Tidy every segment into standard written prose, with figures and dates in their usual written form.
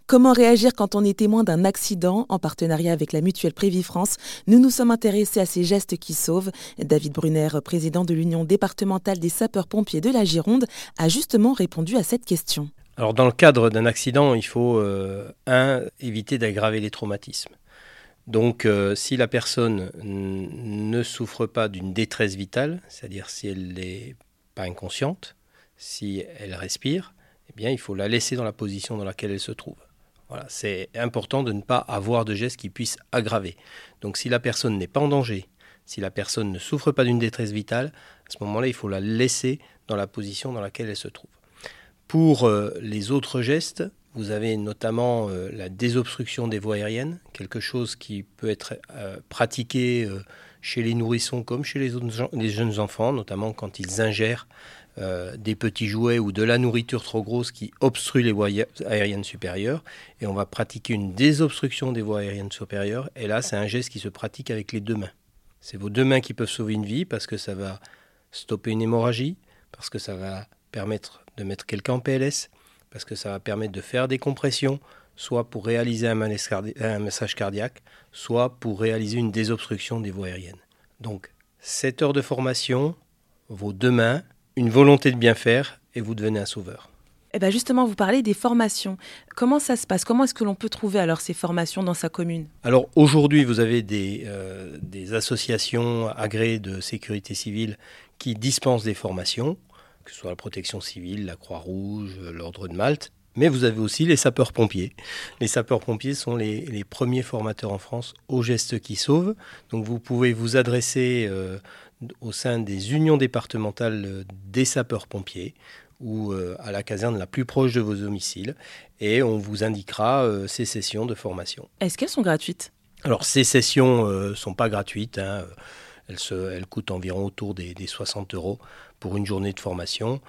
Comment réagir quand on est témoin d'un accident? En partenariat avec la mutuelle Prévifrance, nous nous sommes intéressés à ces gestes qui sauvent. David Brunner, président de l'Union départementale des sapeurs-pompiers de la Gironde, a justement répondu à cette question. Alors dans le cadre d'un accident, il faut éviter d'aggraver les traumatismes. Donc si la personne ne souffre pas d'une détresse vitale, c'est-à-dire si elle n'est pas inconsciente, si elle respire, eh bien il faut la laisser dans la position dans laquelle elle se trouve. Voilà, c'est important de ne pas avoir de gestes qui puissent aggraver. Donc si la personne n'est pas en danger, si la personne ne souffre pas d'une détresse vitale, à ce moment-là, il faut la laisser dans la position dans laquelle elle se trouve. Pour les autres gestes, vous avez notamment la désobstruction des voies aériennes, quelque chose qui peut être pratiqué chez les nourrissons comme chez les jeunes enfants, notamment quand ils ingèrent des petits jouets ou de la nourriture trop grosse qui obstrue les voies aériennes supérieures. Et on va pratiquer une désobstruction des voies aériennes supérieures. Et là, c'est un geste qui se pratique avec les deux mains. C'est vos deux mains qui peuvent sauver une vie parce que ça va stopper une hémorragie, parce que ça va permettre de mettre quelqu'un en PLS, parce que ça va permettre de faire des compressions, soit pour réaliser un massage cardiaque, soit pour réaliser une désobstruction des voies aériennes. Donc, 7 heures de formation, vos deux mains, une volonté de bien faire, et vous devenez un sauveur. Eh bien justement, vous parlez des formations. Comment ça se passe? Comment est-ce que l'on peut trouver alors ces formations dans sa commune? Alors aujourd'hui, vous avez des associations agréées de sécurité civile qui dispensent des formations, que ce soit la protection civile, la Croix-Rouge, l'Ordre de Malte. Mais vous avez aussi les sapeurs-pompiers. Les sapeurs-pompiers sont les premiers formateurs en France aux gestes qui sauvent. Donc vous pouvez vous adresser au sein des unions départementales des sapeurs-pompiers ou à la caserne la plus proche de vos domiciles. Et on vous indiquera ces sessions de formation. Est-ce qu'elles sont gratuites? Alors ces sessions ne sont pas gratuites. Elles coûtent environ autour des 60 € pour une journée de formation.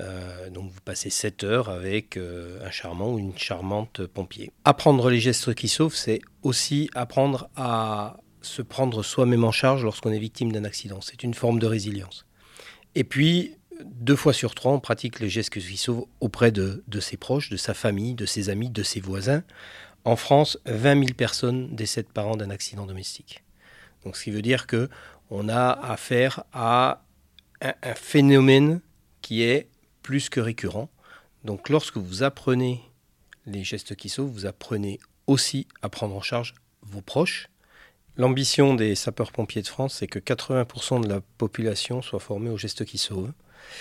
Donc vous passez 7 heures avec un charmant ou une charmante pompier. Apprendre les gestes qui sauvent, c'est aussi apprendre à se prendre soi-même en charge lorsqu'on est victime d'un accident. C'est une forme de résilience. Et puis, 2 fois sur 3, on pratique les gestes qui sauvent auprès de ses proches, de sa famille, de ses amis, de ses voisins. En France, 20 000 personnes décèdent par an d'un accident domestique. Donc ce qui veut dire qu'on a affaire à un phénomène qui est plus que récurrent. Donc lorsque vous apprenez les gestes qui sauvent, vous apprenez aussi à prendre en charge vos proches. L'ambition des sapeurs-pompiers de France, c'est que 80% de la population soit formée aux gestes qui sauvent.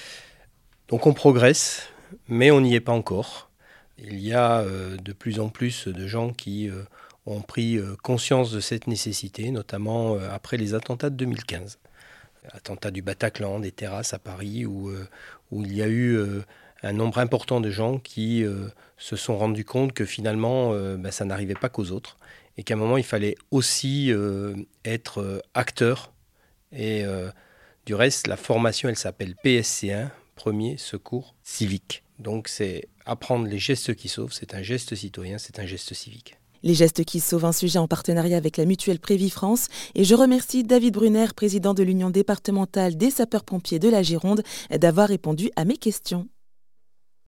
Donc on progresse, mais on n'y est pas encore. Il y a de plus en plus de gens qui ont pris conscience de cette nécessité, notamment après les attentats de 2015. Attentat du Bataclan, des terrasses à Paris, où il y a eu un nombre important de gens qui se sont rendus compte que finalement, ça n'arrivait pas qu'aux autres, et qu'à un moment, il fallait aussi être acteur. Et du reste, la formation, elle s'appelle PSC1, Premier Secours Civique. Donc c'est apprendre les gestes qui sauvent, c'est un geste citoyen, c'est un geste civique. Les gestes qui sauvent, un sujet en partenariat avec la mutuelle Prévifrance. Et je remercie David Brunner, président de l'Union départementale des sapeurs-pompiers de la Gironde, d'avoir répondu à mes questions.